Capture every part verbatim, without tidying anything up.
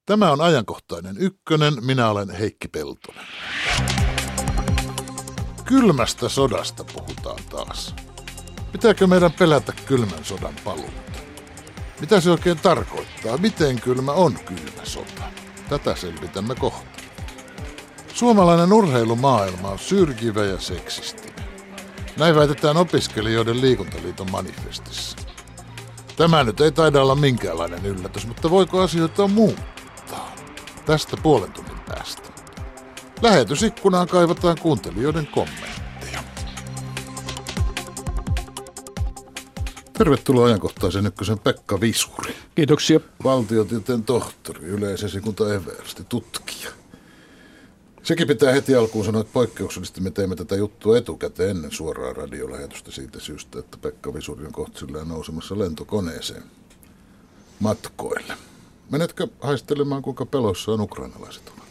Tämä on ajankohtainen ykkönen, minä olen Heikki Peltonen. Kylmästä sodasta puhutaan taas. Pitääkö meidän pelätä kylmän sodan paluuta? Mitä se oikein tarkoittaa? Miten kylmä on kylmä sota? Tätä selvitämme kohta. Suomalainen urheilumaailma on syrjivä ja seksistinen. Näin väitetään Opiskelijoiden liikuntaliiton manifestissa. Tämä nyt ei taida olla minkäänlainen yllätys, mutta voiko asioita muuttaa? Tästä puolen tunnin päästä. Lähetysikkunaan kaivataan kuuntelijoiden kommentteja. Tervetuloa ajankohtaisen ykkösen Pekka Visuri. Kiitoksia. Valtiotieteen tohtori, yleisesikunta eversti, tutkija. Sekin pitää heti alkuun sanoa, että poikkeuksellisesti me teemme tätä juttua etukäteen ennen suoraa radiolähetystä siitä syystä, että Pekka Visuri on kohta sillään nousemassa lentokoneeseen matkoille. Menetkö haistelemaan, kuinka peloissaan ukrainalaiset ovat?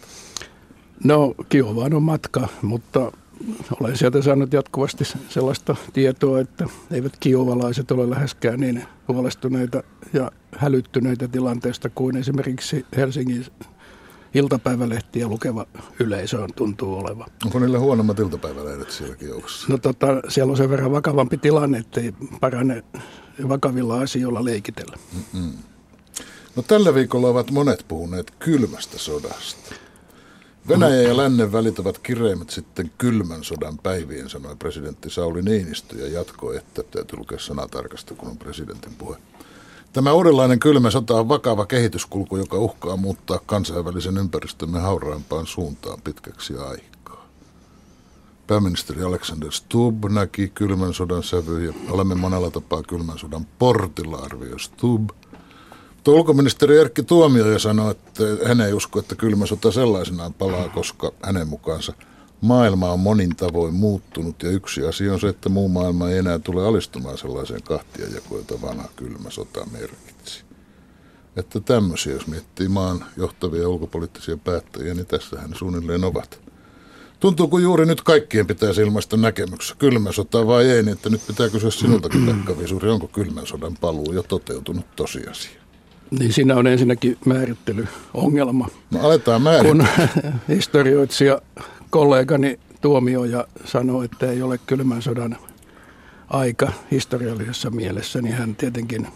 No, Kiovaan on matka, mutta olen sieltä saanut jatkuvasti sellaista tietoa, että eivät kiovalaiset ole läheskään niin huolestuneita ja hälyttyneitä tilanteesta kuin esimerkiksi Helsingin iltapäivälehtiä lukeva yleisö on tuntuu olevan. Onko niillä huonommat iltapäivälehdet sielläkin joukossa? No tota, siellä on sen verran vakavampi tilanne, ettei parane vakavilla asioilla leikitellä. Mm-mm. No tällä viikolla ovat monet puhuneet kylmästä sodasta. Venäjä ja lännen välit ovat kireimmät sitten kylmän sodan päivien, sanoi presidentti Sauli Niinistö ja jatkoi, että täytyy lukea sanatarkasti, kun on presidentin puhe. Tämä uudenlainen kylmä sota on vakava kehityskulku, joka uhkaa muuttaa kansainvälisen ympäristömme hauraimpaan suuntaan pitkäksi aikaa. Pääministeri Alexander Stubb näki kylmän sodan sävyjä. Olemme monella tapaa kylmän sodan portilla, arvioi Stubb. Mutta ulkoministeri Erkki Tuomioja sanoi, että hän ei usko, että kylmä sota sellaisenaan palaa, koska hänen mukaansa maailma on monin tavoin muuttunut ja yksi asia on se, että muu maailma ei enää tule alistumaan sellaiseen kahtiajakoon, jota vanha kylmä sota merkitsi. Että tämmöisiä, jos miettii maan johtavia ulkopoliittisia päättäjiä, niin tässähän ne suunnilleen ovat. Tuntuu, kun juuri nyt kaikkien pitäisi ilmaista näkemyksessä kylmä sota vai ei, niin että nyt pitää kysyä sinultakin, Pekka Visuri, onko kylmän sodan paluu jo toteutunut tosiasia? Niin siinä on ensinnäkin määrittelyongelma. No aletaan määrittää. Kun historioitsija kollegani Tuomioja sanoi, että ei ole kylmän sodan aika historiallisessa mielessä, niin hän tietenkin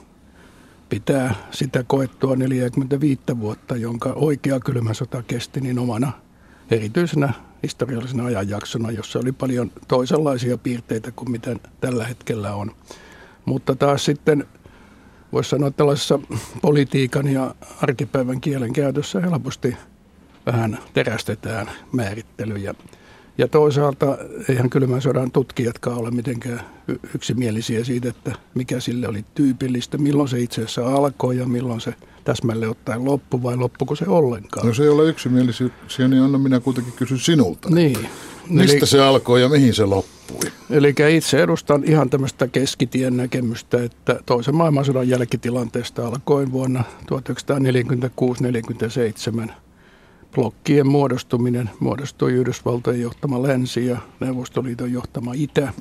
pitää sitä koettua neljäkymmentäviisi vuotta, jonka oikea kylmä sota kesti, niin omana erityisenä historiallisena ajanjaksona, jossa oli paljon toisenlaisia piirteitä kuin mitä tällä hetkellä on. Mutta taas sitten voisi sanoa, että tällaisessa politiikan ja arkipäivän kielen käytössä helposti vähän terästetään määrittelyjä. Ja toisaalta eihän kylmän sodan tutkijatkaan ole mitenkään yksimielisiä siitä, että mikä sille oli tyypillistä, milloin se itse asiassa alkoi ja milloin se täsmälleen ottaen loppui vai loppuko se ollenkaan. No se ei ole yksimielisyyksiä, niin anna minä kuitenkin kysyn sinulta. Niin. Mistä eli, se alkoi ja mihin se loppui? Eli itse edustan ihan tämmöistä keskitien näkemystä, että toisen maailmansodan jälkitilanteesta alkoin vuonna tuhatyhdeksänsataaneljäkymmentäkuusi neljäkymmentäseitsemän. Blokkien muodostuminen muodostui Yhdysvaltojen johtama länsi ja Neuvostoliiton johtama itä.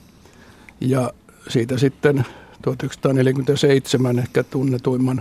Ja siitä sitten tuhatyhdeksänsataaneljäkymmentäseitsemän ehkä tunnetuimman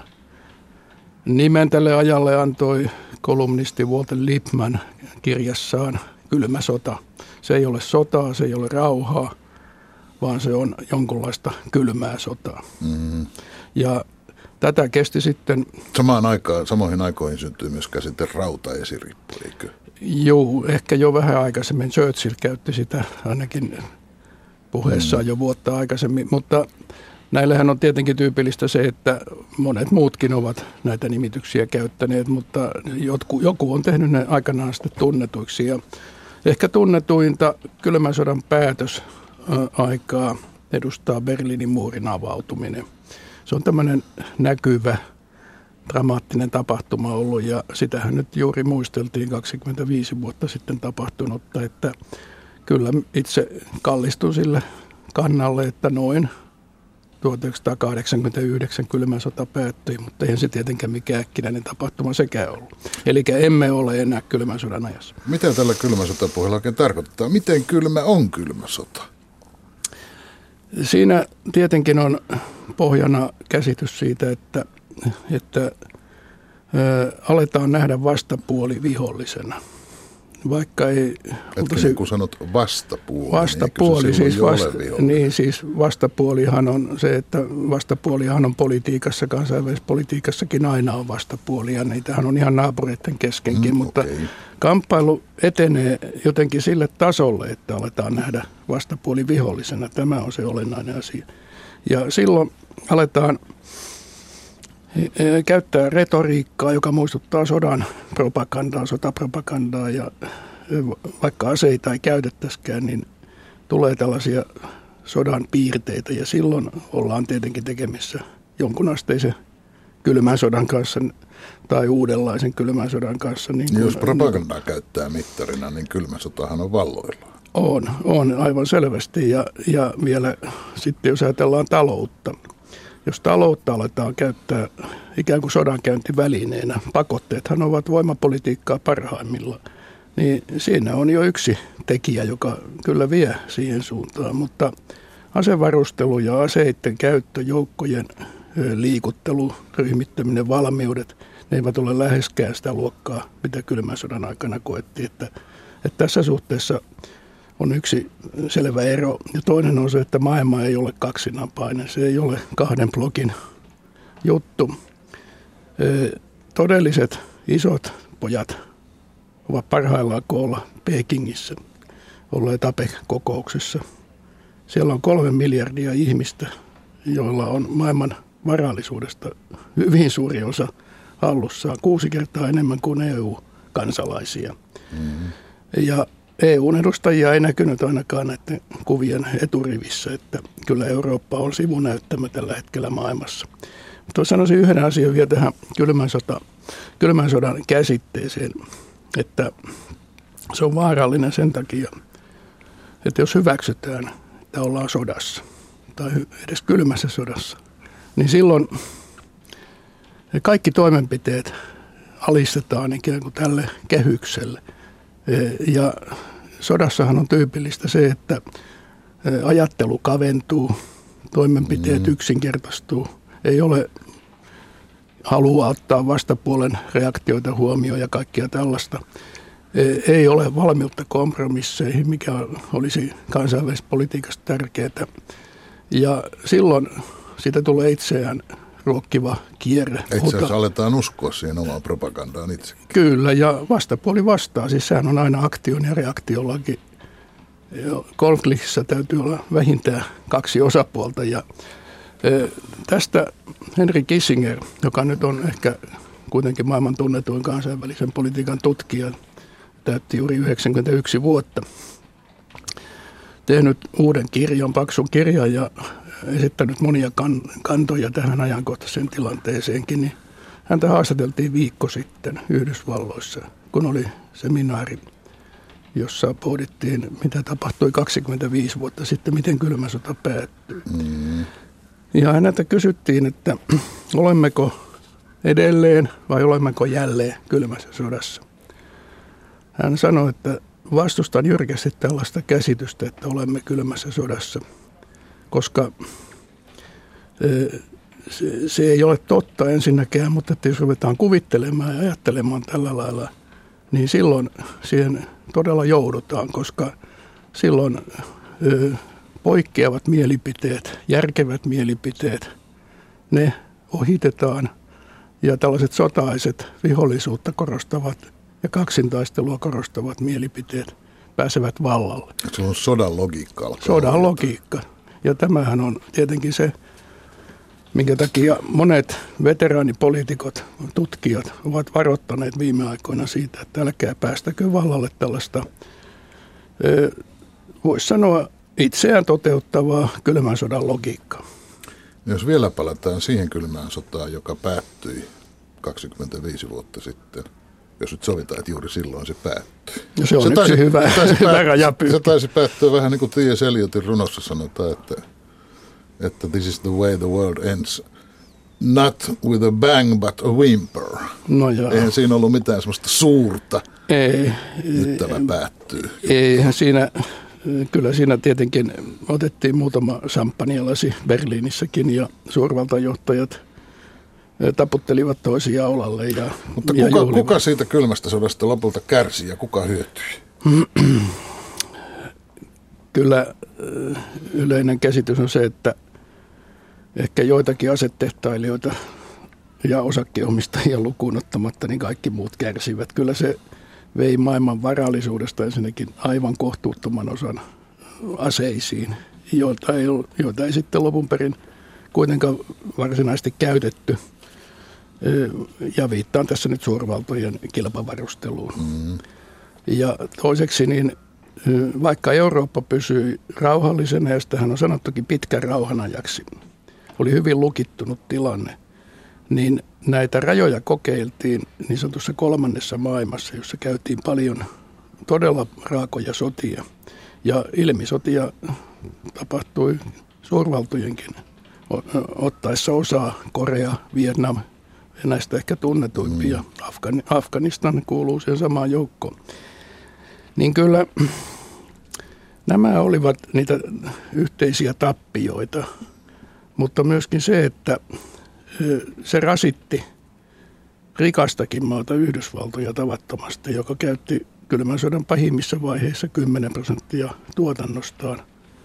nimen tälle ajalle antoi kolumnisti Walter Lippmann kirjassaan Kylmä sota. Se ei ole sotaa, se ei ole rauhaa, vaan se on jonkunlaista kylmää sotaa. Mm. Ja tätä kesti sitten. Samaan aikaan, samoihin aikoihin syntyi myös käsite rautaesirippu, eikö? Joo, ehkä jo vähän aikaisemmin. Churchill käytti sitä ainakin puheessaan mm. jo vuotta aikaisemmin, mutta näillähän on tietenkin tyypillistä se, että monet muutkin ovat näitä nimityksiä käyttäneet, mutta joku, joku on tehnyt ne aikanaan sitten tunnetuiksi. Ja ehkä tunnetuinta kylmän sodan päätösaikaa edustaa Berliinin muurin avautuminen. Se on tämmöinen näkyvä, dramaattinen tapahtuma ollut ja sitähän nyt juuri muisteltiin kaksikymmentäviisi vuotta sitten tapahtunutta, että kyllä itse kallistun sille kannalle, että noin tuhatyhdeksänsataakahdeksankymmentäyhdeksän kylmä sota päättyi, mutta eihän se tietenkään mikään äkkinäinen tapahtuma sekään ollut. Eli emme ole enää kylmän sodan ajassa. Mitä tällä kylmän sotapuheella oikein tarkoittaa? Miten kylmä on kylmä sota? Siinä tietenkin on pohjana käsitys siitä, että, että ö, aletaan nähdä vastapuoli vihollisena. Vaikka ei... Hetkinen, kun sanot vastapuoli, vastapuoli, niin siis, vasta, niin siis vastapuolihan on se, että vastapuolihan on politiikassa, kansainvälisessä politiikassakin aina on vastapuolia. Niitähän on ihan naapureiden keskenkin, mm, mutta okay. Kamppailu etenee jotenkin sille tasolle, että aletaan nähdä vastapuoli vihollisena. Tämä on se olennainen asia. Ja silloin aletaan käyttää retoriikkaa, joka muistuttaa sodan propagandaa, sotapropagandaa, ja vaikka aseita ei käytettäisikään, niin tulee tällaisia sodan piirteitä, ja silloin ollaan tietenkin tekemissä jonkunasteisen kylmän sodan kanssa tai uudenlaisen kylmän sodan kanssa. Niin kun, jos propagandaa käyttää mittarina, niin kylmä sotahan on valloillaan. On, on aivan selvästi, ja, ja vielä sitten jos ajatellaan taloutta. Jos taloutta aletaan käyttää ikään kuin sodankäyntivälineenä, pakotteethan ovat voimapolitiikkaa parhaimmillaan, niin siinä on jo yksi tekijä, joka kyllä vie siihen suuntaan. Mutta asevarustelu ja aseiden käyttö, joukkojen liikuttelu, ryhmittäminen, valmiudet, ne eivät ole läheskään sitä luokkaa, mitä kylmän sodan aikana koettiin. Että, että tässä suhteessa on yksi selvä ero. Ja toinen on se, että maailma ei ole kaksinapainen. Se ei ole kahden blokin juttu. Todelliset isot pojat ovat parhaillaan koolla Pekingissä, olleet A P E C-kokouksessa. Siellä on kolme miljardia ihmistä, joilla on maailman varallisuudesta hyvin suuri osa hallussaan. Kuusi kertaa enemmän kuin E U-kansalaisia. Mm-hmm. Ja E U:n edustajia ei näkynyt ainakaan näiden kuvien eturivissä, että kyllä Eurooppa on sivunäyttämä tällä hetkellä maailmassa. Mutta sanoisin yhden asian vielä tähän kylmän, sota, kylmän sodan käsitteeseen, että se on vaarallinen sen takia, että jos hyväksytään, että ollaan sodassa tai edes kylmässä sodassa, niin silloin kaikki toimenpiteet alistetaan ikään kuin tälle kehykselle. Ja sodassahan on tyypillistä se, että ajattelu kaventuu, toimenpiteet mm. yksinkertaistuu, ei ole halua ottaa vastapuolen reaktioita huomioon ja kaikkia tällaista. Ei ole valmiutta kompromisseihin, mikä olisi kansainvälisessä politiikassa tärkeää. Ja silloin siitä tulee itseään ruokkiva kierre. Itse asiassa aletaan uskoa siihen omaan propagandaan itse. Kyllä, ja vastapuoli vastaa. Siis sehän on aina aktion ja reaktiolaki. Konfliktissa täytyy olla vähintään kaksi osapuolta. Ja e, tästä Henry Kissinger, joka nyt on ehkä kuitenkin maailman tunnetuin kansainvälisen politiikan tutkija, täytti juuri yhdeksänkymmentäyksi vuotta, tehnyt uuden kirjan, paksun kirjan ja esittänyt monia kan, kantoja tähän ajankohtaiseen tilanteeseenkin, niin häntä haastateltiin viikko sitten Yhdysvalloissa, kun oli seminaari, jossa pohdittiin, mitä tapahtui kaksikymmentäviisi vuotta sitten, miten kylmä sota päättyi. Mm. Ja häneltä kysyttiin, että olemmeko edelleen vai olemmeko jälleen kylmässä sodassa. Hän sanoi, että vastustan jyrkästi tällaista käsitystä, että olemme kylmässä sodassa, koska se, se ei ole totta ensinnäkään, mutta että jos ruvetaan kuvittelemaan ja ajattelemaan tällä lailla, niin silloin siihen todella joudutaan, koska silloin ö, poikkeavat mielipiteet, järkevät mielipiteet, ne ohitetaan ja tällaiset sotaiset vihollisuutta korostavat ja kaksintaistelua korostavat mielipiteet pääsevät vallalle. Se on sodan logiikka. Sodan logiikka. Ja tämähän on tietenkin se, minkä takia monet veteraanipoliitikot, tutkijat ovat varoittaneet viime aikoina siitä, että älkää päästäkö vallalle tällaista, voisi sanoa, itseään toteuttavaa kylmän sodan logiikkaa. Jos vielä palataan siihen kylmään sotaan, joka päättyi kaksikymmentäviisi vuotta sitten, jos nyt sovitaan, että juuri silloin se päättyi. No se on se taisi, hyvä, taisi hyvä rajapyykki. Se taisi päättyä vähän niin kuin T S Eliotin runossa sanotaan, että, että this is the way the world ends. Not with a bang, but a whimper. No joo. Eihän siinä ollut mitään semmoista suurta. Ei. Nyt tämä päättyy. Eihän siinä, kyllä siinä tietenkin otettiin muutama samppanjalasi Berliinissäkin ja suurvaltajohtajat taputtelivat toisiaan olalle. Ja, Mutta ja kuka, kuka siitä kylmästä sodasta lopulta kärsi ja kuka hyötyi? Kyllä yleinen käsitys on se, että ehkä joitakin asetehtailijoita ja osakkeenomistajia lukuun ottamatta, niin kaikki muut kärsivät. Kyllä se vei maailman varallisuudesta ensinnäkin aivan kohtuuttoman osan aseisiin, joita ei, joita ei sitten lopun perin kuitenkaan varsinaisesti käytetty. Ja viittaan tässä nyt suurvaltojen kilpavarusteluun. Mm. Ja toiseksi, niin vaikka Eurooppa pysyi rauhallisena, ja sitähän on sanottukin pitkän rauhan ajaksi, oli hyvin lukittunut tilanne, niin näitä rajoja kokeiltiin niin sanotussa kolmannessa maailmassa, jossa käytiin paljon todella raakoja sotia. Ja ilmisotia tapahtui suurvaltojenkin ottaessa osaa. Korea, Vietnam, näistä ehkä tunnetuimpia. Mm. Afgan, Afganistan kuuluu siihen samaan joukkoon. Niin kyllä nämä olivat niitä yhteisiä tappioita, mutta myöskin se, että se rasitti rikastakin maata Yhdysvaltoja tavattomasti, joka käytti kylmän sodan pahimmissa vaiheissa kymmenen prosenttia tuotannostaan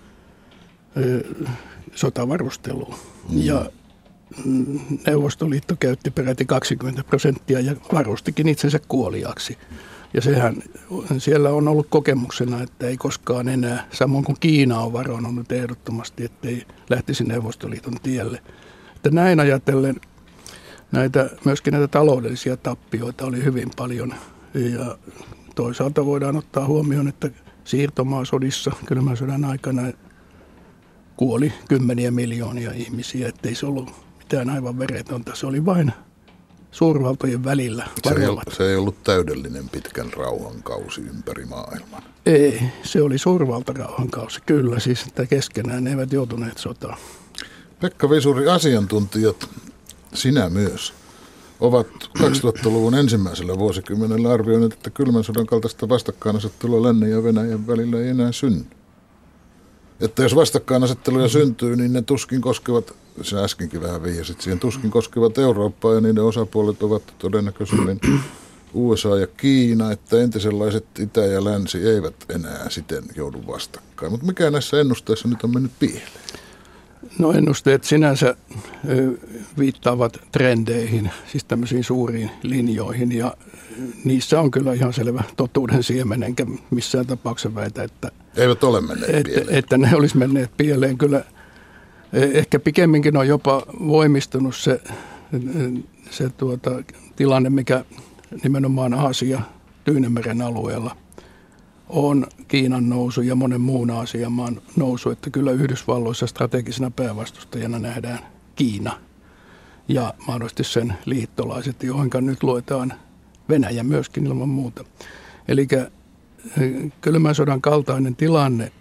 sotavarusteluun. Mm. Ja Neuvostoliitto käytti peräti kaksikymmentä prosenttia ja varustikin itsensä kuoliaksi. Ja sehän siellä on ollut kokemuksena, että ei koskaan enää, samoin kuin Kiina on varonut ehdottomasti, ettei lähtisi Neuvostoliiton tielle. Että näin ajatellen näitä, myöskin näitä taloudellisia tappioita oli hyvin paljon. Ja toisaalta voidaan ottaa huomioon, että siirtomaasodissa kylmän sodan aikana kuoli kymmeniä miljoonia ihmisiä, ettei se ollut mitään aivan veretonta. Se oli vain suurvaltojen välillä. Se ei, se ei ollut täydellinen pitkän rauhan kausi ympäri maailman. Ei, se oli suurvaltarauhan kausi, kyllä. Siis että keskenään ne eivät joutuneet sotaan. Pekka Visuri, asiantuntijat, sinä myös, ovat kaksituhattaluvun ensimmäisellä vuosikymmenellä arvioineet, että kylmän sodan kaltaista vastakkainasettelua lännen ja Venäjän välillä ei enää synny. Että jos vastakkainasetteluja syntyy, niin ne tuskin koskevat, sinä äskenkin vähän vihjasit siihen, tuskin koskevat Eurooppaa ja niiden osapuolet ovat todennäköisemmin U S A ja Kiina, että entisenlaiset itä ja länsi eivät enää siten joudu vastakkain. Mutta mikä näissä ennusteissa nyt on mennyt pieleen? No ennusteet sinänsä viittaavat trendeihin, siis tämmöisiin suuriin linjoihin, ja niissä on kyllä ihan selvä totuuden siemen, enkä missään tapauksessa väitä, että, eivät ole menneet että, pieleen. että ne olisi menneet pieleen. Kyllä ehkä pikemminkin on jopa voimistunut se, se tuota, tilanne, mikä nimenomaan Aasia Tyynenmeren alueella on Kiinan nousu ja monen muun Aasian maan nousu, että kyllä Yhdysvalloissa strategisena päävastustajana nähdään Kiina ja mahdollisesti sen liittolaiset, joihinka nyt luetaan Venäjä myöskin ilman muuta. Eli kylmän sodan kaltainen tilanne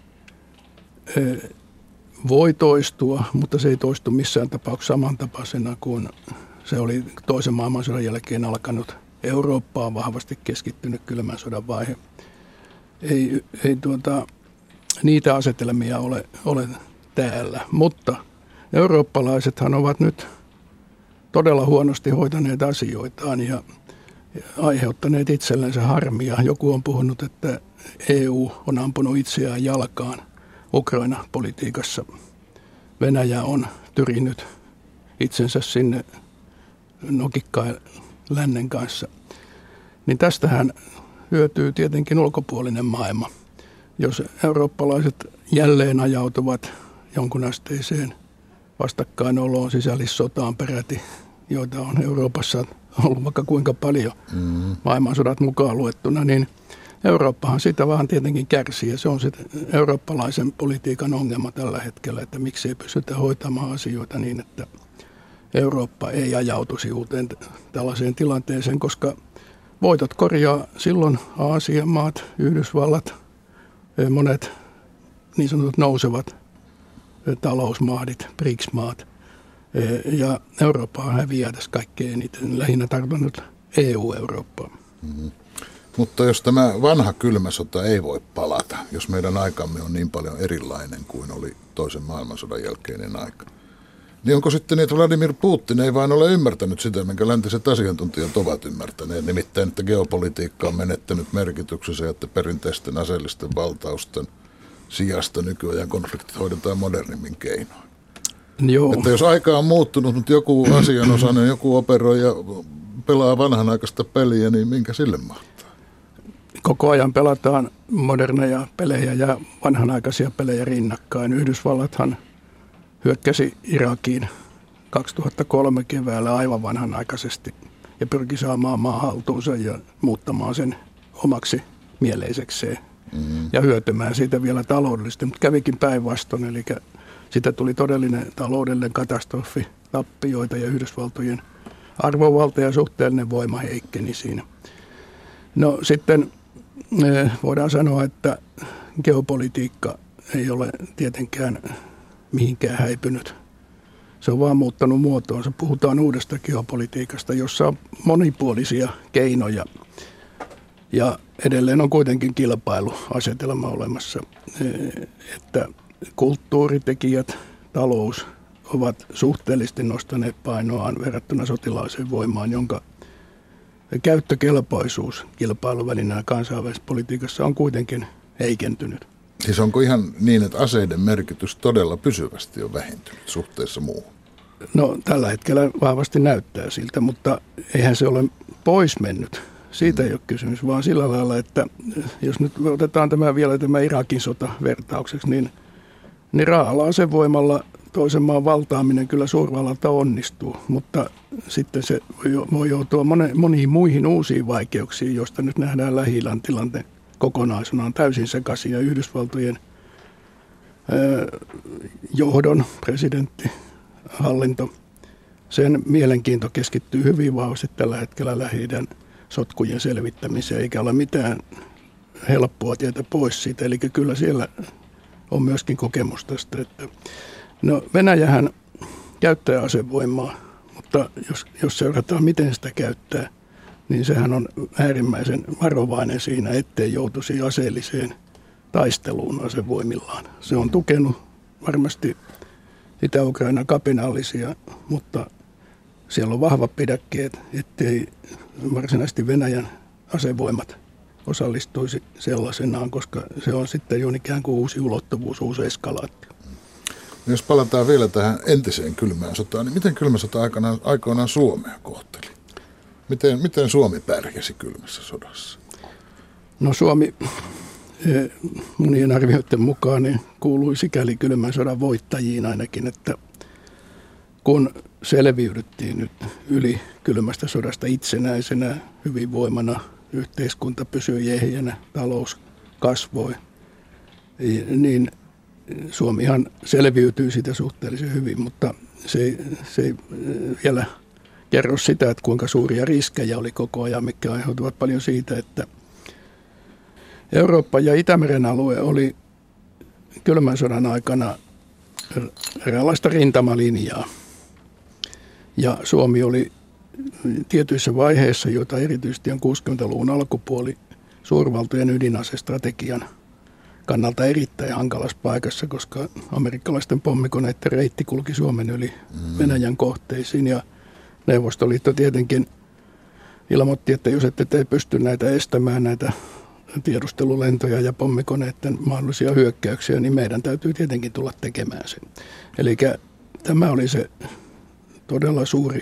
voi toistua, mutta se ei toistu missään tapauksessa samantapaisena kuin se oli toisen maailmansodan jälkeen alkanut Eurooppaan vahvasti keskittynyt kylmän sodan vaihe. Ei, ei tuota, niitä asetelmia ole, ole täällä, mutta eurooppalaisethan ovat nyt todella huonosti hoitaneet asioitaan ja aiheuttaneet itsellensä harmia. Joku on puhunut, että E U on ampunut itseään jalkaan Ukraina-politiikassa. Venäjä on tyrinyt itsensä sinne nokikkaan lännen kanssa. Niin tästähän hyötyy tietenkin ulkopuolinen maailma. Jos eurooppalaiset jälleen ajautuvat jonkun asteiseen vastakkaиnoloon, sisällissotaan peräti, joita on Euroopassa ollut vaikka kuinka paljon mm. maailmansodat mukaan luettuna, niin Eurooppahan sitä vaan tietenkin kärsii, ja se on se eurooppalaisen politiikan ongelma tällä hetkellä, että miksi ei pystytä hoitamaan asioita niin, että Eurooppa ei ajautuisi uuteen tällaiseen tilanteeseen, koska voitot korjaa silloin Aasian maat, Yhdysvallat, monet niin sanotut nousevat talousmahdit, B R I C S-maat, ja Eurooppa häviää tässä kaikkein eniten, lähinnä tarkoittanut E U-Eurooppaa. Mm-hmm. Mutta jos tämä vanha kylmä sota ei voi palata, jos meidän aikamme on niin paljon erilainen kuin oli toisen maailmansodan jälkeinen aika, Niin onko sitten niin, että Vladimir Putin ei vain ole ymmärtänyt sitä, minkä läntiset asiantuntijat ovat ymmärtäneet, nimittäin, että geopolitiikka on menettänyt merkityksensä, että perinteisten aseellisten valtausten sijasta nykyajan konfliktit hoidetaan modernimmin keinoin. Joo. Että jos aika on muuttunut, mutta joku asianosainen, joku operoi ja pelaa vanhanaikaista peliä, niin minkä sille mahtaa? Koko ajan pelataan moderneja pelejä ja vanhanaikaisia pelejä rinnakkain. Yhdysvallathan hyökkäsi Irakiin kaksituhattakolme keväällä aivan vanhanaikaisesti ja pyrki saamaan maan haltuunsa ja muuttamaan sen omaksi mieleisekseen mm-hmm. ja hyötymään siitä vielä taloudellisesti, mutta kävikin päinvastoin, eli sitä tuli todellinen taloudellinen katastrofi, tappioita ja Yhdysvaltojen arvovalta ja suhteellinen voima heikkeni siinä. No sitten voidaan sanoa, että geopolitiikka ei ole tietenkään mihinkään häipynyt. Se on vaan muuttanut muotoonsa. Puhutaan uudesta geopolitiikasta, jossa on monipuolisia keinoja ja edelleen on kuitenkin kilpailuasetelma olemassa, että kulttuuritekijät, talous ovat suhteellisesti nostaneet painoaan verrattuna sotilaalliseen voimaan, jonka käyttökelpoisuus kilpailuvälineenä kansainvälisessä politiikassa on kuitenkin heikentynyt. Siis onko ihan niin, että aseiden merkitys todella pysyvästi on vähentynyt suhteessa muuhun? No tällä hetkellä vahvasti näyttää siltä, mutta eihän se ole pois mennyt. Siitä ei ole kysymys, vaan sillä lailla, että jos nyt otetaan tämä vielä tämä Irakin sota vertaukseksi, niin, niin raa'alla asevoimalla toisen maan valtaaminen kyllä suurvallalta onnistuu, mutta sitten se voi joutua moniin muihin uusiin vaikeuksiin, joista nyt nähdään Lähi-idän tilanteen kokonaisuudessaan täysin sekaisin ja Yhdysvaltojen ää, johdon, presidentti, hallinto, sen mielenkiinto keskittyy hyvin vahvasti tällä hetkellä Lähi-idän sotkujen selvittämiseen, eikä ole mitään helppoa tietä pois siitä. Eli kyllä siellä on myöskin kokemus tästä, että no Venäjähän käyttää asevoimaa, mutta jos, jos seurataan miten sitä käyttää, niin sehän on äärimmäisen varovainen siinä, ettei joutuisi aseelliseen taisteluun asevoimillaan. Se on tukenut varmasti Itä-Ukrainan kapinallisia, mutta siellä on vahvat pidäkkeet, ettei varsinaisesti Venäjän asevoimat osallistuisi sellaisenaan, koska se on sitten jo ikään kuin uusi ulottuvuus, uusi eskalaatio. Jos palataan vielä tähän entiseen kylmään sotaan, niin miten kylmä sota aikanaan, aikoinaan Suomea kohteli? Miten, miten Suomi pärjäsi kylmässä sodassa? No Suomi monien arvioiden mukaan niin kuului sikäli kylmän sodan voittajiin ainakin, että kun selviydyttiin nyt yli kylmästä sodasta itsenäisenä, hyvinvoimana, yhteiskunta pysyi ehjänä, talous kasvoi, niin Suomihan selviytyi siitä suhteellisen hyvin, mutta se, se ei vielä kerro sitä, että kuinka suuria riskejä oli koko ajan, mikä aiheutuvat paljon siitä, että Eurooppa ja Itämeren alue oli kylmän sodan aikana eräänlaista rintamalinjaa. Ja Suomi oli tietyissä vaiheissa, joita erityisesti on kuusikymmentäluvun alkupuoli suurvaltojen ydinasestrategian kannalta erittäin hankalassa paikassa, koska amerikkalaisten pommikoneiden reitti kulki Suomen yli Venäjän kohteisiin ja Neuvostoliitto tietenkin ilmoitti, että jos ette te pysty näitä estämään, näitä tiedustelulentoja ja pommikoneiden mahdollisia hyökkäyksiä, niin meidän täytyy tietenkin tulla tekemään sen. Eli tämä oli se todella suuri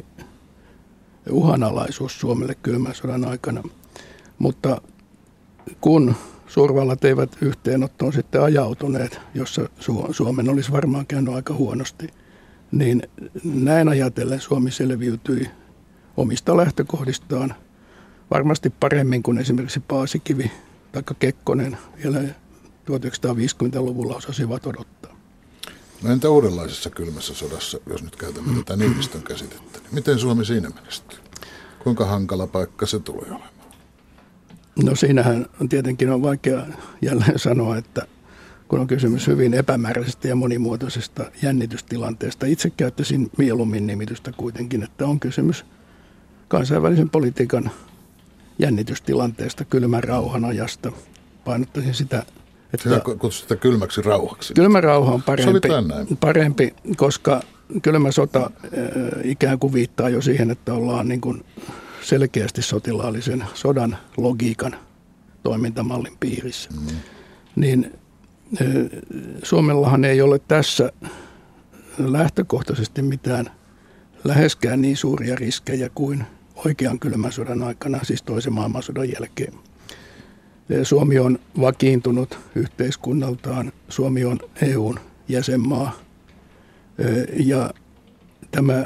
uhanalaisuus Suomelle kylmän sodan aikana. Mutta kun suurvallat eivät yhteenottoon sitten ajautuneet, jossa Suomen olisi varmaan käynyt aika huonosti, niin näin ajatellen Suomi selviytyi omista lähtökohdistaan varmasti paremmin kuin esimerkiksi Paasikivi tai Kekkonen vielä tuhatyhdeksänsataaviisikymmentäluvulla osasivat odottaa. No entä uudenlaisessa kylmässä sodassa, jos nyt käytämme tätä Niinistön käsitettä, niin miten Suomi siinä menestyy? Kuinka hankala paikka se tulee olemaan? No siinähän on tietenkin on vaikea jälleen sanoa, että kun on kysymys hyvin epämääräisestä ja monimuotoisesta jännitystilanteesta. Itse käyttäisin mieluummin nimitystä kuitenkin, että on kysymys kansainvälisen politiikan jännitystilanteesta, kylmän rauhan ajasta. Painottaisin sitä, että sinä kutsut sitä kylmäksi rauhaksi. Kylmä rauha on parempi, parempi, koska kylmä sota ikään kuin viittaa jo siihen, että ollaan niin kuin selkeästi sotilaallisen sodan logiikan toimintamallin piirissä. Mm. Niin Suomellahan ei ole tässä lähtökohtaisesti mitään läheskään niin suuria riskejä kuin oikean kylmän sodan aikana, siis toisen maailmansodan jälkeen. Suomi on vakiintunut yhteiskunnaltaan, Suomi on E U:n jäsenmaa ja tämä,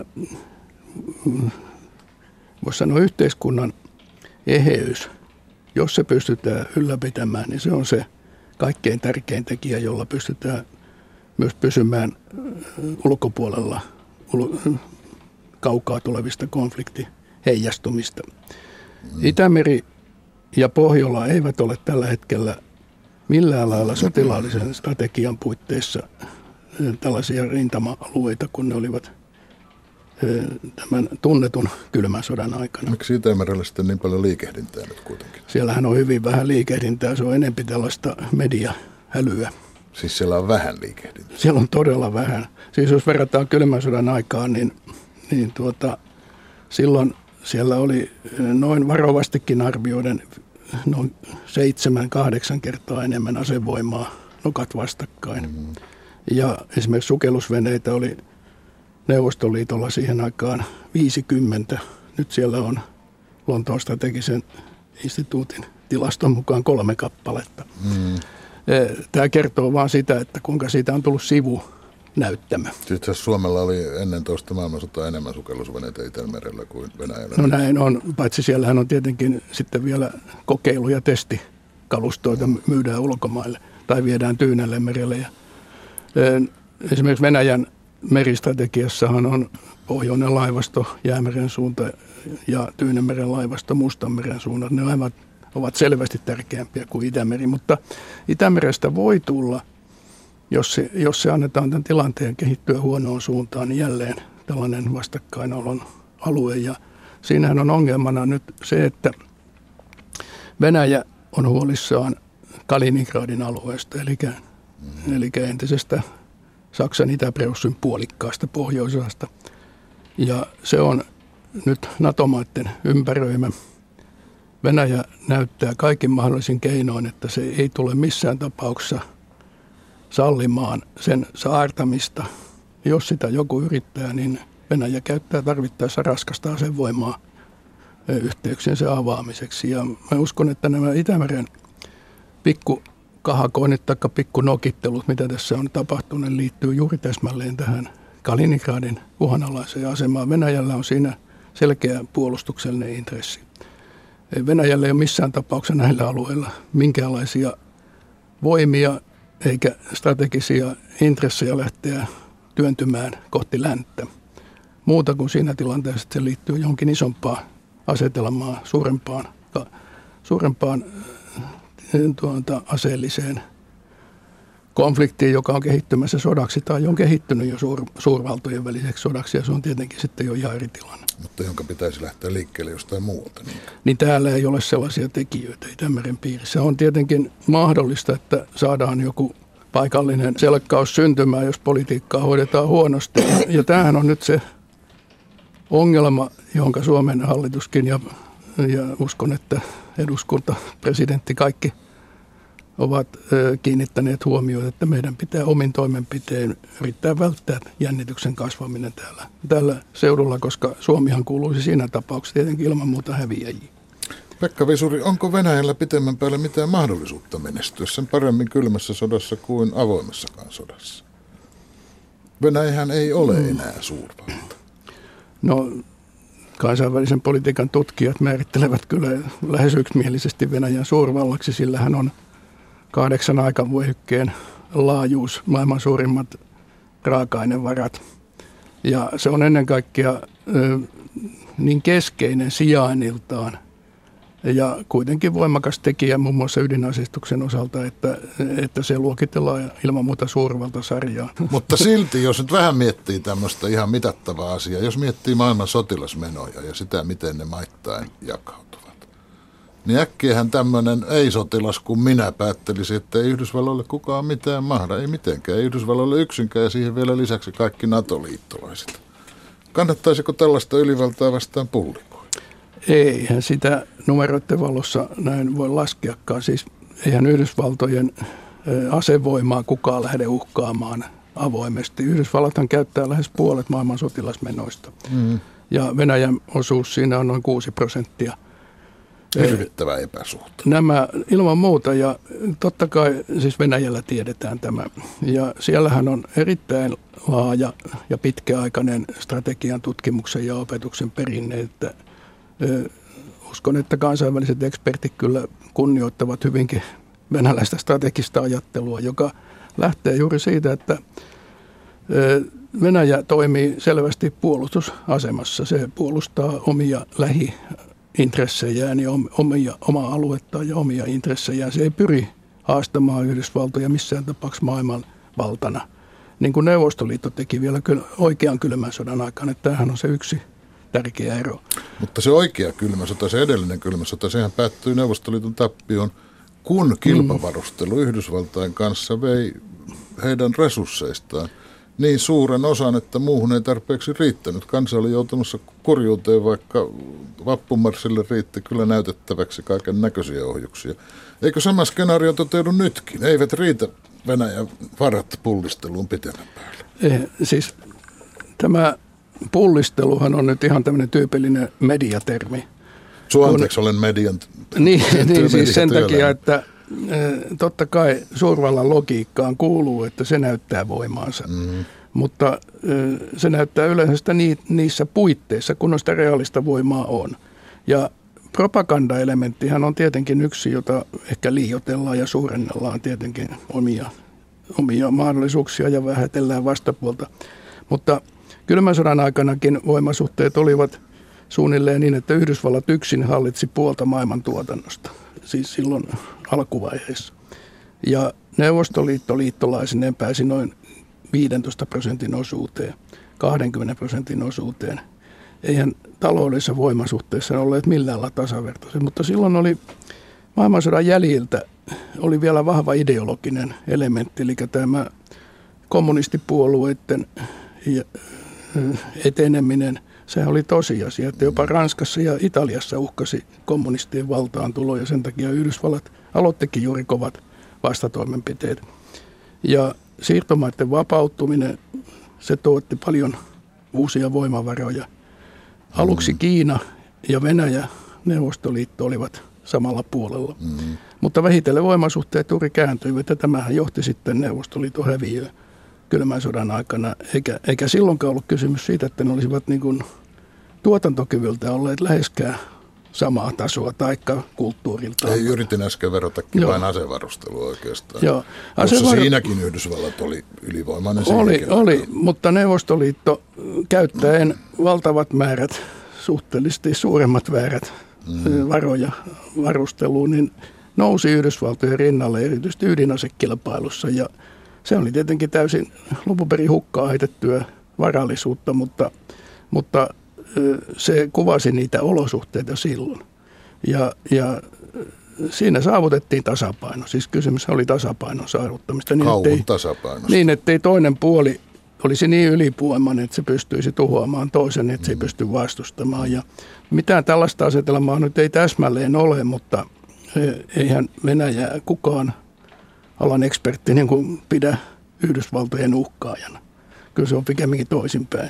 voisi sanoa, yhteiskunnan eheys, jos se pystytään ylläpitämään, niin se on se kaikkein tärkein tekijä, jolla pystytään myös pysymään ulkopuolella kaukaa tulevista konfliktiheijastumista. Mm. Itämeri ja Pohjola eivät ole tällä hetkellä millään lailla sotilaallisen strategian puitteissa tällaisia rintama-alueita, kun ne olivat tämän tunnetun kylmän sodan aikana. Miksi Itämerellä sitten niin paljon liikehdintää nyt kuitenkin? Siellähän on hyvin vähän liikehdintää, se on enemmän tällaista mediahälyä. Siis siellä on vähän liikehdintää? Siellä on todella vähän. Siis jos verrataan kylmän sodan aikaan, niin, niin tuota, silloin siellä oli noin varovastikin arvioiden noin seitsemän, kahdeksan kertaa enemmän asevoimaa nokat vastakkain. Mm-hmm. Ja esimerkiksi sukellusveneitä oli Neuvostoliitolla siihen aikaan viisikymmentä. Nyt siellä on Lontoon strategisen instituutin tilaston mukaan kolme kappaletta. Mm. Tämä kertoo vaan sitä, että kuinka siitä on tullut sivunäyttämö. Sitten Suomella oli ennen toista maailmansotaa enemmän sukellusveneitä Itämerellä kuin Venäjällä. No näin on, paitsi siellähän on tietenkin sitten vielä kokeilu- ja testikalustoita myydään ulkomaille tai viedään Tyynelle merelle. Ja esimerkiksi Venäjän meristrategiassahan on Pohjoinen laivasto, Jäämeren suunta ja Tyynenmeren laivasto, Mustanmeren suunnat. Ne aivan ovat selvästi tärkeämpiä kuin Itämeri, mutta Itämerestä voi tulla, jos se, jos se annetaan tämän tilanteen kehittyä huonoon suuntaan, niin jälleen tällainen vastakkainaolon alue. Ja siinähän on ongelmana nyt se, että Venäjä on huolissaan Kaliningradin alueesta, eli, mm. eli entisestä Saksan itäpreussyn puolikkaasta pohjoisosasta. Ja se on nyt NATO-maiden ympäröimä. Venäjä näyttää kaikin mahdollisin keinoin, että se ei tule missään tapauksessa sallimaan sen saartamista. Jos sitä joku yrittää, niin Venäjä käyttää tarvittaessa raskasta asevoimaa yhteyksiensä avaamiseksi. Ja mä uskon, että nämä Itämeren pikkukahakoinnit tai pikkunokittelut, mitä tässä on tapahtunut, liittyy juuri täsmälleen tähän Kaliningradin uhanalaiseen asemaan. Venäjällä on siinä selkeä puolustuksellinen intressi. Venäjällä ei ole missään tapauksessa näillä alueilla minkäänlaisia voimia eikä strategisia intressejä lähteä työntymään kohti länttä. Muuta kuin siinä tilanteessa, että se liittyy johonkin isompaan asetelmaan, suurempaan, suurempaan tuota, aseelliseen konfliktiin, joka on kehittymässä sodaksi tai on kehittynyt jo suur, suurvaltojen väliseksi sodaksi, ja se on tietenkin sitten jo ihan eri tilanne. Mutta jonka pitäisi lähteä liikkeelle jostain muualta. Niin, niin täällä ei ole sellaisia tekijöitä Itämeren piirissä. On tietenkin mahdollista, että saadaan joku paikallinen selkkaus syntymään, jos politiikkaa hoidetaan huonosti. Ja tämähän on nyt se ongelma, jonka Suomen hallituskin ja, ja uskon, että eduskunta, presidentti, kaikki ovat kiinnittäneet huomioon, että meidän pitää omin toimenpiteen yrittää välttää jännityksen kasvaminen täällä, täällä seudulla, koska Suomihan kuuluisi siinä tapauksessa tietenkin ilman muuta häviäjiä. Pekka Visuri, onko Venäjällä pitemmän päälle mitään mahdollisuutta menestyä sen paremmin kylmässä sodassa kuin avoimessakaan sodassa? Venäjähän ei ole enää suurvalta. No, kansainvälisen politiikan tutkijat määrittelevät kyllä lähes yksimielisesti Venäjän suurvallaksi, sillä hän on kahdeksan aikavyöhykkeen laajuus, maailman suurimmat raaka-ainevarat. Ja se on ennen kaikkea ö, niin keskeinen sijainniltaan ja kuitenkin voimakas tekijä muun muassa ydinaseistuksen osalta, että, että se luokitellaan ilman muuta suurvaltasarjaa. Mutta silti, jos nyt vähän miettii tämmöistä ihan mitattavaa asiaa, jos miettii maailman sotilasmenoja ja sitä, miten ne maittain jakautuvat, niin äkkiähän tämmöinen ei-sotilas kuin minä päättelisi, että ei Yhdysvalloille kukaan mitään mahda, ei mitenkään, ei Yhdysvalloille yksinkään ja siihen vielä lisäksi kaikki NATO-liittolaiset. Kannattaisiko tällaista ylivaltaa vastaan pullikoida? Eihän sitä numeroiden valossa näin voi laskeakaan. Siis eihän Yhdysvaltojen asevoimaa kukaan lähde uhkaamaan avoimesti. Yhdysvallathan käyttää lähes puolet maailman sotilasmenoista. Mm. Ja Venäjän osuus siinä on noin kuusi prosenttia. Hirvittävä epäsuhta. Nämä ilman muuta, ja totta kai siis Venäjällä tiedetään tämä. Ja siellähän on erittäin laaja ja pitkäaikainen strategian tutkimuksen ja opetuksen perinne. Että, ö, uskon, että kansainväliset ekspertit kyllä kunnioittavat hyvinkin venäläistä strategista ajattelua, joka lähtee juuri siitä, että ö, Venäjä toimii selvästi puolustusasemassa. Se puolustaa omia lähi intressejään ja omia, omaa aluettaan ja omia intressejään. Se ei pyri haastamaan Yhdysvaltoja missään tapauksessa maailman valtana. Niin kuin Neuvostoliitto teki vielä oikean kylmän sodan aikana, että tämähän on se yksi tärkeä ero. Mutta se oikea kylmä sota, se edellinen kylmä sota, sehän päättyi Neuvostoliiton tappioon, kun kilpavarustelu mm. Yhdysvaltain kanssa vei heidän resursseistaan niin suuren osan, että muuhun ei tarpeeksi riittänyt. Kansa oli joutumassa kurjuuteen, vaikka vappumarssille riitti kyllä näytettäväksi kaiken näköisiä ohjuksia. Eikö sama skenaario toteudu nytkin? Eivät riitä Venäjän varat pullisteluun pitemmän päälle. Eh, siis tämä pullisteluhan on nyt ihan tämmöinen tyypillinen mediatermi. Sua anteeksi, olen median... Niin, niin siis sen takia, että totta kai suurvallan logiikkaan kuuluu, että se näyttää voimaansa, mm. mutta se näyttää yleensä sitä niissä puitteissa, kun on sitä reaalista voimaa on. Ja propagandaelementtihän on tietenkin yksi, jota ehkä liioitellaan ja suurennellaan tietenkin omia, omia mahdollisuuksia ja vähätellään vastapuolta. Mutta kylmän sodan aikanakin voimasuhteet olivat suunnilleen niin, että Yhdysvallat yksin hallitsi puolta maailman tuotannosta. Siis silloin alkuvaiheessa. Ja Neuvostoliitto liittolaisineen pääsi noin viidentoista prosentin osuuteen, kaksikymmentä prosentin osuuteen. Eihän taloudellisessa voimasuhteessa olleet millään lailla tasavertaisia, mutta silloin oli maailmansodan jäljiltä oli vielä vahva ideologinen elementti, eli tämä kommunistipuolueiden eteneminen. Sehän oli tosiasia, että jopa Ranskassa ja Italiassa uhkasi kommunistien valtaantulo ja sen takia Yhdysvallat aloittikin juuri kovat vastatoimenpiteet. Ja siirtomaiden vapauttuminen, se tuotti paljon uusia voimavaroja. Aluksi Kiina ja Venäjä, Neuvostoliitto olivat samalla puolella. Mm-hmm. Mutta vähitellen voimasuhteet juuri kääntyivät ja tämähän johti sitten Neuvostoliiton häviöön kylmän sodan aikana. Eikä, eikä silloinkaan ollut kysymys siitä, että ne olisivat niin kuin tuotantokyvyltä olleet läheskään samaa tasoa taikka kulttuurilta. Ei, yritin äsken verratakin Joo. vain asevarustelua oikeastaan. Joo. Asevar... siinäkin Yhdysvallat oli ylivoimainen. Oli, oli, mutta Neuvostoliitto käyttäen valtavat määrät, suhteellisesti suuremmat määrät mm. varoja varusteluun, niin nousi Yhdysvaltojen rinnalle erityisesti ydinasekilpailussa. Ja se oli tietenkin täysin loppuperin hukkaan heitettyä varallisuutta, mutta, mutta se kuvasi niitä olosuhteita silloin. Ja, ja siinä saavutettiin tasapaino. Siis kysymys oli tasapainon saavuttamista. Niin, Kauan tasapainosta. Niin, ettei toinen puoli olisi niin ylipuomainen, että se pystyisi tuhoamaan toisen, että se ei pysty vastustamaan. Ja mitään tällaista asetelmaa nyt ei täsmälleen ole, mutta eihän Venäjää kukaan alan ekspertti niin kuin pidä Yhdysvaltojen uhkaajana. Kyllä se on pikemminkin toisinpäin.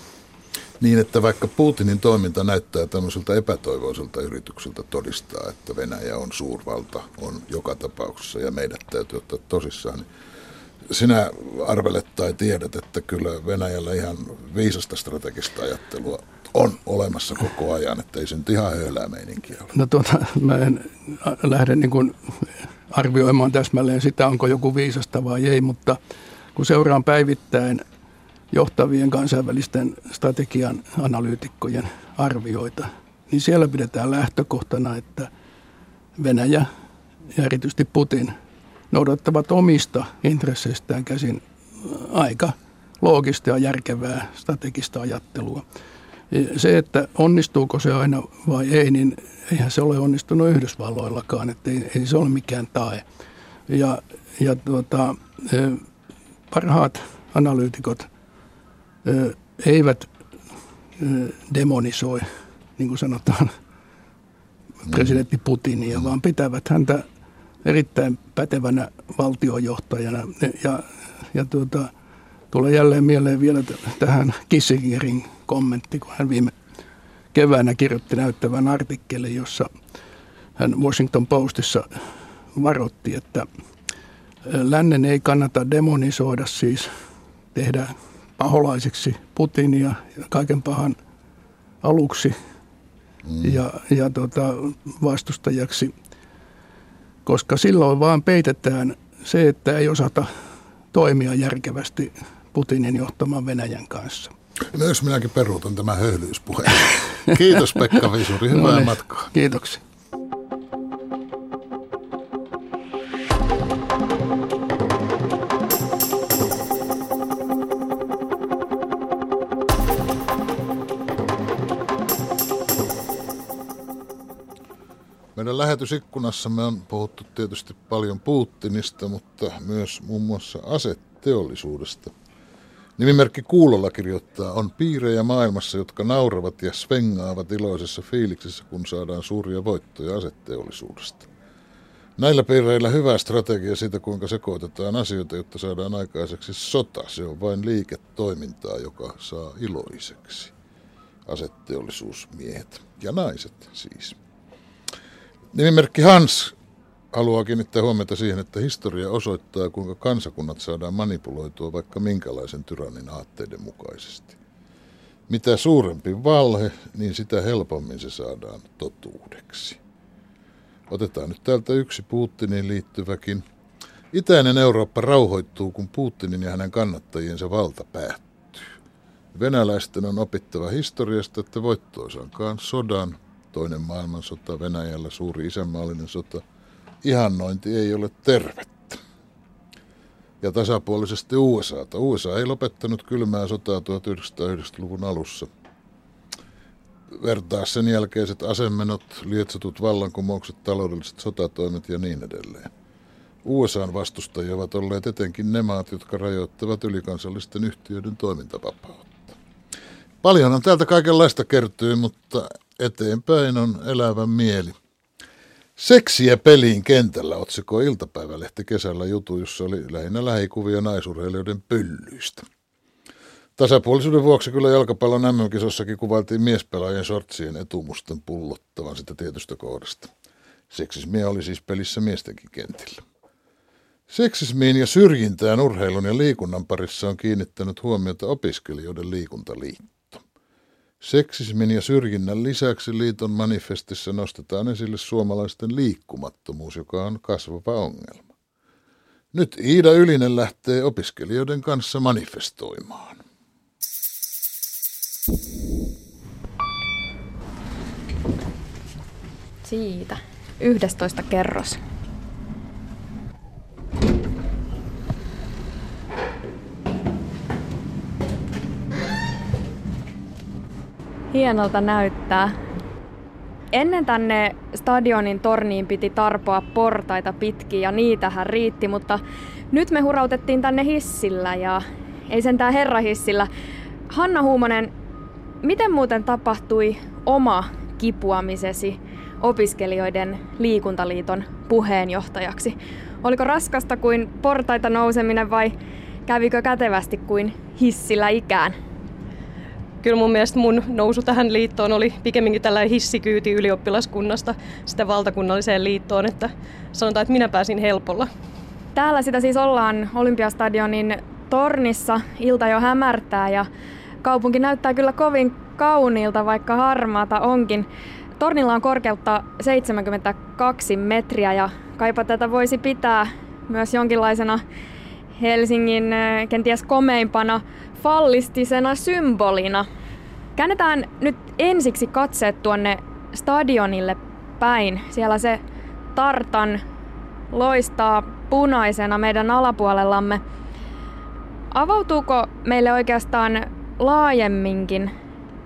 Niin, että vaikka Putinin toiminta näyttää tämmöiseltä epätoivoiselta yritykseltä todistaa, että Venäjä on suurvalta, on joka tapauksessa ja meidät täytyy ottaa tosissaan, niin sinä arvelet tai tiedät, että kyllä Venäjällä ihan viisasta strategista ajattelua on olemassa koko ajan, että ei se nyt ihan höylää meininkiä ole. No tuota, mä en lähde niin kuin arvioimaan täsmälleen sitä, onko joku viisasta vai ei, mutta kun seuraan päivittäin johtavien kansainvälisten strategian analyytikkojen arvioita, niin siellä pidetään lähtökohtana, että Venäjä ja erityisesti Putin noudattavat omista intresseistään käsin aika loogista ja järkevää strategista ajattelua. Se, että onnistuuko se aina vai ei, niin eihän se ole onnistunut Yhdysvalloillakaan, että ei, ei se ole mikään tae. Ja, ja tuota, parhaat analyytikot eivät demonisoi, niin kuin sanotaan, presidentti Putinia, vaan pitävät häntä erittäin pätevänä valtiojohtajana. Ja, ja tuota, tulee jälleen mieleen vielä tähän Kissingerin kommentti, kun hän viime keväänä kirjoitti näyttävän artikkelin, jossa hän Washington Postissa varoitti, että lännen ei kannata demonisoida, siis tehdä paholaiseksi Putinia ja kaiken pahan aluksi mm. ja, ja tota, vastustajaksi, koska silloin vaan peitetään se, että ei osata toimia järkevästi Putinin johtaman Venäjän kanssa. No jos minäkin peruutan tämän höhlyyspuheen. Kiitos Pekka Visuri, hyvää no niin, matkaa. Kiitoksia. Meidän lähetysikkunassamme on puhuttu tietysti paljon Putinista, mutta myös muun muassa aseteollisuudesta. Nimimerkki Kuulolla kirjoittaa, on piirejä maailmassa, jotka nauravat ja svengaavat iloisessa fiiliksessä, kun saadaan suuria voittoja aseteollisuudesta. Näillä piireillä hyvä strategia siitä, kuinka sekoitetaan asioita, jotta saadaan aikaiseksi sota. Se on vain liiketoimintaa, joka saa iloiseksi. Aseteollisuusmiehet ja naiset siis. Nimimerkki Hans haluaa kiinnittää huomiota siihen, että historia osoittaa, kuinka kansakunnat saadaan manipuloitua vaikka minkälaisen tyrannin aatteiden mukaisesti. Mitä suurempi valhe, niin sitä helpommin se saadaan totuudeksi. Otetaan nyt täältä yksi Putiniin liittyväkin. Itäinen Eurooppa rauhoittuu, kun Putinin ja hänen kannattajiensa valta päättyy. Venäläisten on opittava historiasta, että voittoisankaan sodan, toinen maailmansota, Venäjällä suuri isänmaallinen sota, ihannointi ei ole tervettä. Ja tasapuolisesti U S A:ta. U S A ei lopettanut kylmää sotaa tuhatyhdeksänsataayhdeksänkymmentäluvun alussa. Vertaa sen jälkeiset asemenot, lietsotut vallankumoukset, taloudelliset sotatoimet ja niin edelleen. U S A:n vastustajia ovat olleet etenkin ne maat, jotka rajoittavat ylikansallisten yhtiöiden toimintavapautta. Paljonhan täältä kaikenlaista kertyy, mutta eteenpäin on elävä mieli. Seksiä peliin kentällä otsikoi iltapäivälehti kesällä jutu, jossa oli lähinnä lähikuvia naisurheilijoiden pyllyistä. Tasapuolisuuden vuoksi kyllä jalkapallon M M-kisossakin kuvailtiin miespelaajien shortsien etumusten pullottavan sitä tietystä kohdasta. Seksismiä oli siis pelissä miestenkin kentillä. Seksismiin ja syrjintään urheilun ja liikunnan parissa on kiinnittänyt huomiota opiskelijoiden liikuntaliitto. Seksismin ja syrjinnän lisäksi liiton manifestissa nostetaan esille suomalaisten liikkumattomuus, joka on kasvava ongelma. Nyt Iida Ylinen lähtee opiskelijoiden kanssa manifestoimaan. Siitä. yhdestoista kerros. Hienolta näyttää. Ennen tänne stadionin torniin piti tarpoa portaita pitkin ja niitähän riitti, mutta nyt me hurautettiin tänne hissillä ja ei sentään herrahissillä. Hanna Huumonen, miten muuten tapahtui oma kipuamisesi opiskelijoiden liikuntaliiton puheenjohtajaksi? Oliko raskasta kuin portaita nouseminen vai kävikö kätevästi kuin hissillä ikään? Kyllä mun mielestä mun nousu tähän liittoon oli pikemminkin tällainen hissikyyti ylioppilaskunnasta sitä valtakunnalliseen liittoon, että sanotaan, että minä pääsin helpolla. Täällä sitä siis ollaan Olympiastadionin tornissa, ilta jo hämärtää ja kaupunki näyttää kyllä kovin kauniilta, vaikka harmaata onkin. Tornilla on korkeutta seitsemänkymmentäkaksi metriä ja kaipa tätä voisi pitää myös jonkinlaisena Helsingin kenties komeimpana fallistisena symbolina. Käännetään nyt ensiksi katseet tuonne stadionille päin. Siellä se tartan loistaa punaisena meidän alapuolellamme. Avautuuko meille oikeastaan laajemminkin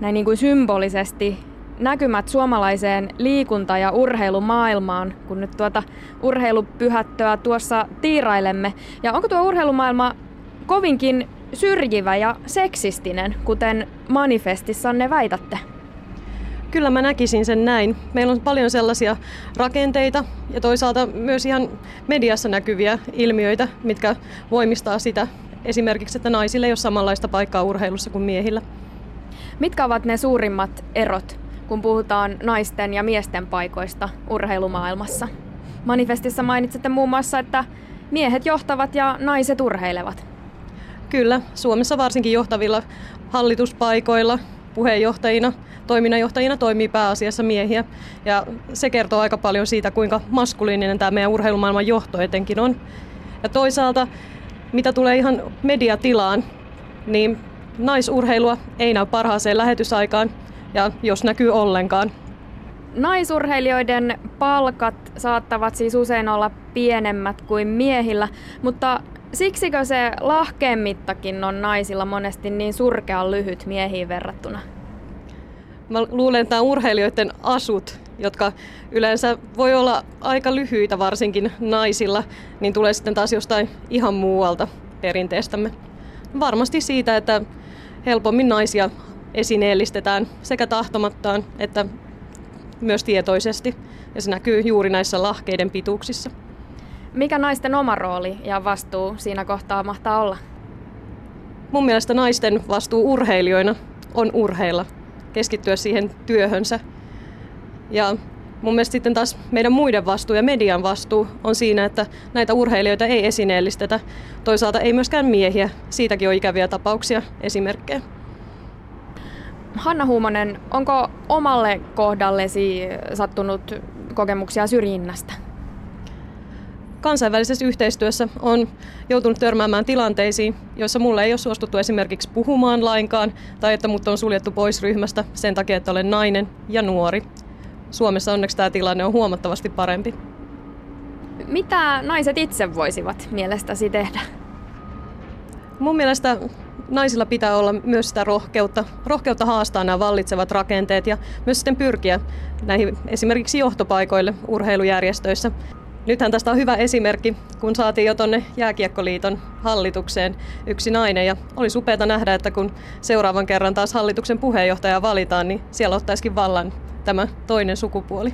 näin niin kuin symbolisesti näkymät suomalaiseen liikunta- ja urheilumaailmaan, kun nyt tuota urheilupyhättöä tuossa tiirailemme. Ja onko tuo urheilumaailma kovinkin syrjivä ja seksistinen, kuten manifestissanne väitätte? Kyllä mä näkisin sen näin. Meillä on paljon sellaisia rakenteita ja toisaalta myös ihan mediassa näkyviä ilmiöitä, mitkä voimistaa sitä esimerkiksi, että naisille ei ole samanlaista paikkaa urheilussa kuin miehillä. Mitkä ovat ne suurimmat erot, kun puhutaan naisten ja miesten paikoista urheilumaailmassa? Manifestissa mainitsette muun muassa, että miehet johtavat ja naiset urheilevat. Kyllä, Suomessa varsinkin johtavilla hallituspaikoilla, puheenjohtajina, toiminnanjohtajina toimii pääasiassa miehiä. Ja se kertoo aika paljon siitä, kuinka maskuliininen tämä meidän urheilumaailman johto etenkin on. Ja toisaalta, mitä tulee ihan mediatilaan, niin naisurheilua ei näy parhaaseen lähetysaikaan, ja jos näkyy ollenkaan. Naisurheilijoiden palkat saattavat siis usein olla pienemmät kuin miehillä, mutta siksikö se lahkeen mittakin on naisilla monesti niin surkean lyhyt miehiin verrattuna? Mä luulen, että nämä urheilijoiden asut, jotka yleensä voi olla aika lyhyitä varsinkin naisilla, niin tulee sitten taas jostain ihan muualta perinteestämme. Varmasti siitä, että helpommin naisia esineellistetään sekä tahtomattaan että myös tietoisesti, ja se näkyy juuri näissä lahkeiden pituuksissa. Mikä naisten oma rooli ja vastuu siinä kohtaa mahtaa olla? Mun mielestä naisten vastuu urheilijoina on urheilla, keskittyä siihen työhönsä. Ja mun mielestä sitten taas meidän muiden vastuu ja median vastuu on siinä, että näitä urheilijoita ei esineellistetä. Toisaalta ei myöskään miehiä, siitäkin on ikäviä tapauksia, esimerkkejä. Hanna Huumonen, onko omalle kohdallesi sattunut kokemuksia syrjinnästä? Kansainvälisessä yhteistyössä on joutunut törmäämään tilanteisiin, joissa mulle ei ole suostuttu esimerkiksi puhumaan lainkaan, tai että mut on suljettu pois ryhmästä sen takia, että olen nainen ja nuori. Suomessa onneksi tämä tilanne on huomattavasti parempi. Mitä naiset itse voisivat mielestäsi tehdä? Mun mielestä naisilla pitää olla myös sitä rohkeutta, rohkeutta haastaa nämä vallitsevat rakenteet ja myös sitten pyrkiä näihin esimerkiksi johtopaikoille urheilujärjestöissä. Nythän tästä on hyvä esimerkki, kun saatiin jo tuonne Jääkiekkoliiton hallitukseen yksi nainen. Ja olisi upeata nähdä, että kun seuraavan kerran taas hallituksen puheenjohtaja valitaan, niin siellä ottaisikin vallan tämä toinen sukupuoli.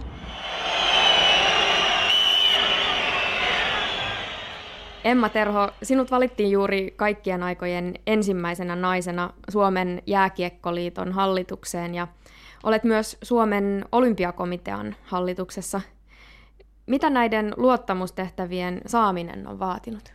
Emma Terho, sinut valittiin juuri kaikkien aikojen ensimmäisenä naisena Suomen Jääkiekkoliiton hallitukseen ja olet myös Suomen olympiakomitean hallituksessa. Mitä näiden luottamustehtävien saaminen on vaatinut?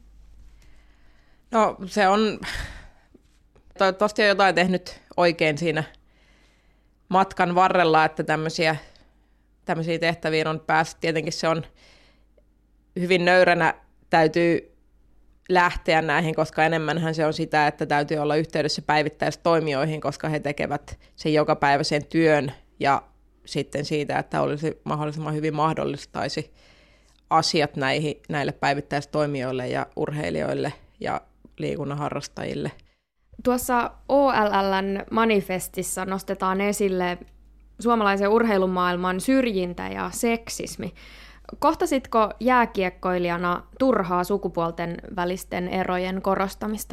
No se on, toivottavasti on jotain tehnyt oikein siinä matkan varrella, että tämmöisiä, tämmöisiä tehtäviin on päässyt. Tietenkin se on hyvin nöyränä, täytyy lähteä näihin, koska enemmänhän se on sitä, että täytyy olla yhteydessä päivittäistoimijoihin, koska he tekevät sen jokapäiväisen työn ja sitten siitä, että olisi mahdollisimman hyvin mahdollistaisi asiat näihin, näille päivittäistoimijoille ja urheilijoille ja liikunnan harrastajille. Tuossa O L L:n manifestissa nostetaan esille suomalaisen urheilumaailman syrjintä ja seksismi. Kohtasitko jääkiekkoilijana turhaa sukupuolten välisten erojen korostamista?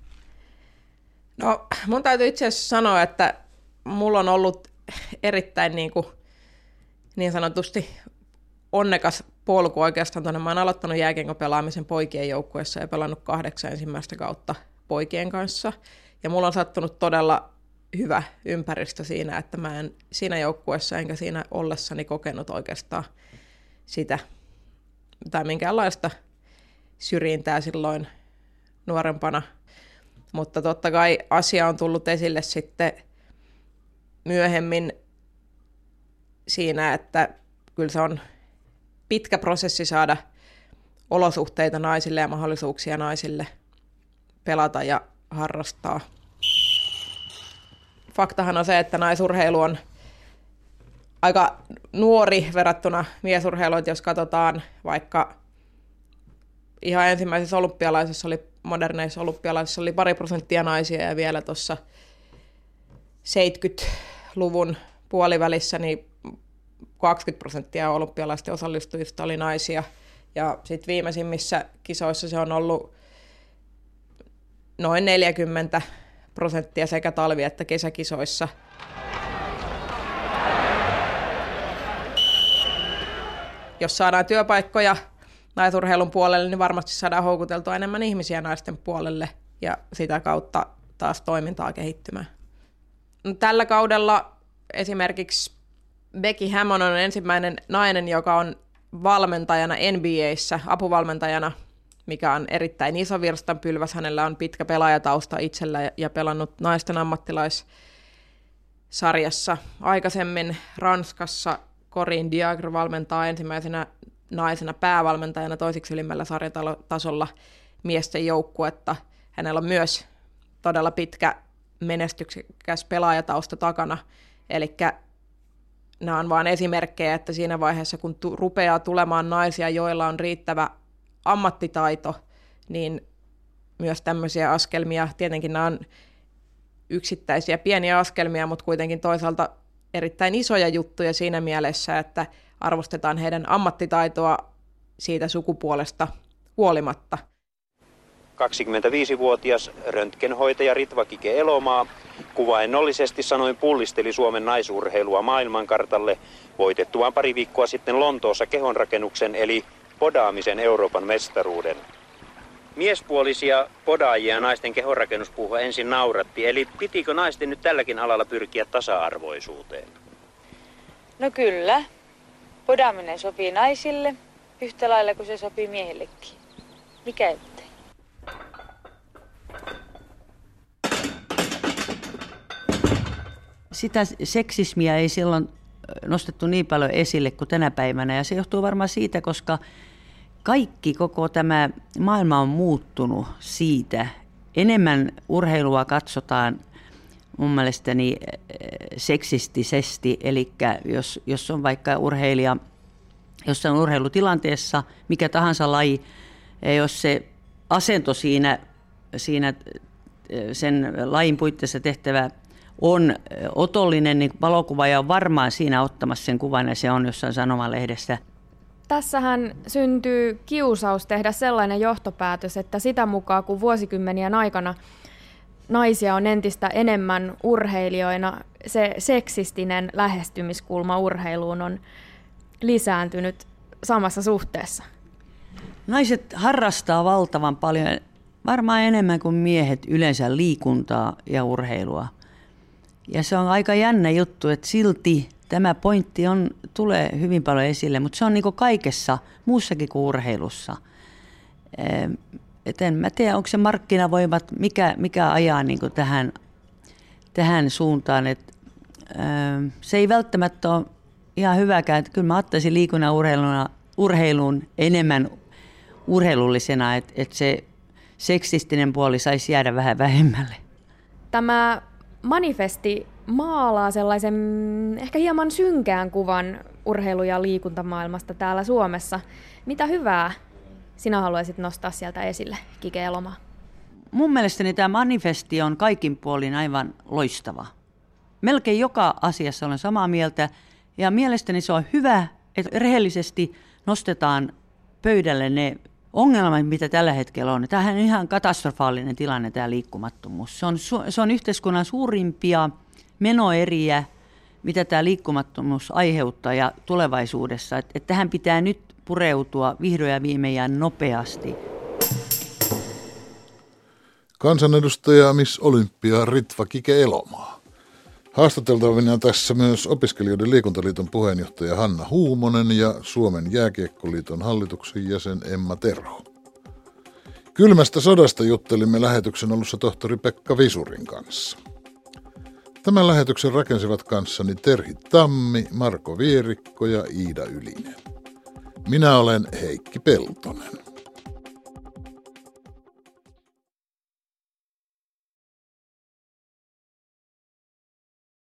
No, mun täytyy itse asiassa sanoa, että mulla on ollut erittäin niin, kuin, niin sanotusti onnekas polku oikeastaan tuonne. Mä oon aloittanut jääkiekon pelaamisen poikien joukkueessa ja pelannut kahdeksan ensimmäistä kautta poikien kanssa. Ja mulla on sattunut todella hyvä ympäristö siinä, että mä en siinä joukkueessa enkä siinä ollessani kokenut oikeastaan sitä tai minkäänlaista syrjintää silloin nuorempana. Mutta totta kai asia on tullut esille sitten myöhemmin siinä, että kyllä se on pitkä prosessi saada olosuhteita naisille ja mahdollisuuksia naisille pelata ja harrastaa. Faktahan on se, että naisurheilu on aika nuori verrattuna miesurheiluun, jos katsotaan vaikka ihan ensimmäisessä olympialaisessa oli, moderneissa olympialaisissa oli pari prosenttia naisia ja vielä tuossa seitsemänkymmentäluvun puolivälissä niin kaksikymmentä prosenttia olympialaisten osallistujista oli naisia. Ja sitten viimeisimmissä kisoissa se on ollut noin neljäkymmentä prosenttia sekä talvi- että kesäkisoissa. Jos saadaan työpaikkoja naisurheilun puolelle, niin varmasti saadaan houkuteltua enemmän ihmisiä naisten puolelle ja sitä kautta taas toimintaa kehittymään. Tällä kaudella esimerkiksi Becky Hammon on ensimmäinen nainen, joka on valmentajana N B A:ssä, apuvalmentajana, mikä on erittäin iso virstanpylväs. Hänellä on pitkä pelaajatausta itsellä ja pelannut naisten ammattilaissarjassa. Aikaisemmin Ranskassa Corinne Diacre valmentaa ensimmäisenä naisena päävalmentajana toisiksi ylimmällä sarjatasolla miesten joukkuetta. Hänellä on myös todella pitkä menestyksekäs pelaajatausta takana. Eli nämä on vain esimerkkejä, että siinä vaiheessa, kun tu- rupeaa tulemaan naisia, joilla on riittävä ammattitaito, niin myös tämmöisiä askelmia, tietenkin nämä on yksittäisiä pieniä askelmia, mutta kuitenkin toisaalta erittäin isoja juttuja siinä mielessä, että arvostetaan heidän ammattitaitoa siitä sukupuolesta huolimatta. kaksikymmentäviisivuotias röntgenhoitaja Ritva Kike Elomaa kuvainnollisesti sanoin pullisteli Suomen naisurheilua maailmankartalle voitettuaan pari viikkoa sitten Lontoossa kehonrakennuksen eli podaamisen Euroopan mestaruuden. Miespuolisia podaajia naisten kehonrakennuspuuha ensin nauratti, eli pitikö naisten nyt tälläkin alalla pyrkiä tasa-arvoisuuteen? No kyllä. Podaaminen sopii naisille yhtä lailla kuin se sopii miehillekin. Mikä ettei? Sitä seksismiä ei silloin nostettu niin paljon esille kuin tänä päivänä, ja se johtuu varmaan siitä, koska kaikki, koko tämä maailma on muuttunut siitä. Enemmän urheilua katsotaan mun mielestäni seksistisesti, eli jos, jos on vaikka urheilija jossain urheilutilanteessa, mikä tahansa laji, ja jos se asento siinä, siinä sen lajin puitteissa tehtävä on otollinen, niin valokuvaaja on varmaan siinä ottamassa sen kuvan, ja se on jossain sanomalehdessä. Tässähän syntyy kiusaus tehdä sellainen johtopäätös, että sitä mukaan kun vuosikymmenien aikana naisia on entistä enemmän urheilijoina, se seksistinen lähestymiskulma urheiluun on lisääntynyt samassa suhteessa. Naiset harrastaa valtavan paljon, varmaan enemmän kuin miehet yleensä, liikuntaa ja urheilua. Ja se on aika jännä juttu, että silti tämä pointti on, tulee hyvin paljon esille, mutta se on niin kuin kaikessa muussakin kuin urheilussa. Et en mä tiedä, onko se markkinavoimat, mikä, mikä ajaa niin kuin tähän, tähän suuntaan. Et, se ei välttämättä ole ihan hyväkään. Että kyllä mä ottaisin liikunnan urheiluun enemmän urheilullisena, että et se seksistinen puoli saisi jäädä vähän vähemmälle. Tämä manifesti maalaa sellaisen ehkä hieman synkään kuvan urheilu- ja liikuntamaailmasta täällä Suomessa. Mitä hyvää sinä haluaisit nostaa sieltä esille, Kike Elomaa? Mun mielestäni tämä manifesti on kaikin puolin aivan loistava. Melkein joka asiassa olen samaa mieltä, ja mielestäni se on hyvä, että rehellisesti nostetaan pöydälle ne ongelmat, mitä tällä hetkellä on. Tämähän on ihan katastrofaalinen tilanne, tämä liikkumattomuus. Se on, se on yhteiskunnan suurimpia menoeriä, mitä tämä liikkumattomuus aiheuttaa ja tulevaisuudessa. Että et tähän pitää nyt pureutua vihdoin ja viimein ja nopeasti. Kansanedustaja Miss Olympia Ritva Kike Elomaa. Haastateltavina tässä myös Opiskelijoiden liikuntaliiton puheenjohtaja Hanna Huumonen ja Suomen jääkiekkoliiton hallituksen jäsen Emma Terho. Kylmästä sodasta juttelimme lähetyksen alussa tohtori Pekka Visurin kanssa. Tämän lähetyksen rakensivat kanssani Terhi Tammi, Marko Vierikko ja Iida Ylinen. Minä olen Heikki Peltonen.